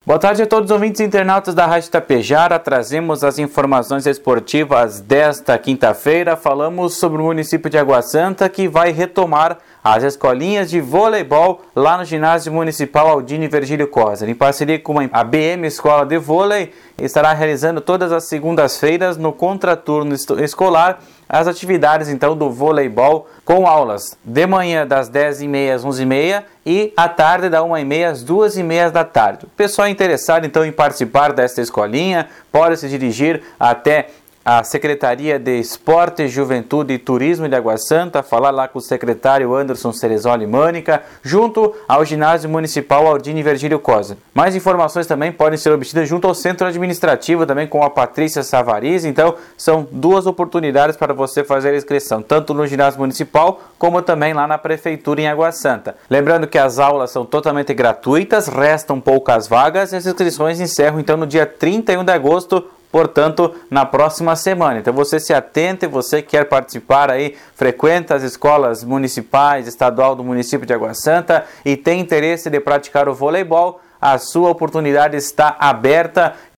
Boa tarde a todos os ouvintes e internautas da Rádio Tapejara. Trazemos as informações esportivas desta quinta-feira. Falamos sobre o município de Água Santa, que vai retomar as escolinhas de voleibol lá no ginásio municipal Aldine Virgílio Coser. Em parceria com a BM Escola de Vôlei, estará realizando todas as segundas-feiras no contraturno escolar as atividades então do voleibol, com aulas de manhã das 10h30 às 11h30 e à tarde da 1h30 às 2h30 da tarde. O pessoal interessado então em participar desta escolinha pode se dirigir até a Secretaria de Esporte, Juventude e Turismo de Água Santa, falar lá com o secretário Anderson Cerezoli Mânica, junto ao ginásio municipal Aldine Virgílio Coser. Mais informações também podem ser obtidas junto ao centro administrativo, também com a Patrícia Savariz. Então, são duas oportunidades para você fazer a inscrição, tanto no ginásio municipal, como também lá na prefeitura em Água Santa. Lembrando que as aulas são totalmente gratuitas, restam poucas vagas e as inscrições encerram então no dia 31 de agosto, portanto, na próxima semana. Então, você se atente, você quer participar aí, frequenta as escolas municipais, estadual do município de Água Santa e tem interesse de praticar o voleibol, a sua oportunidade está aberta.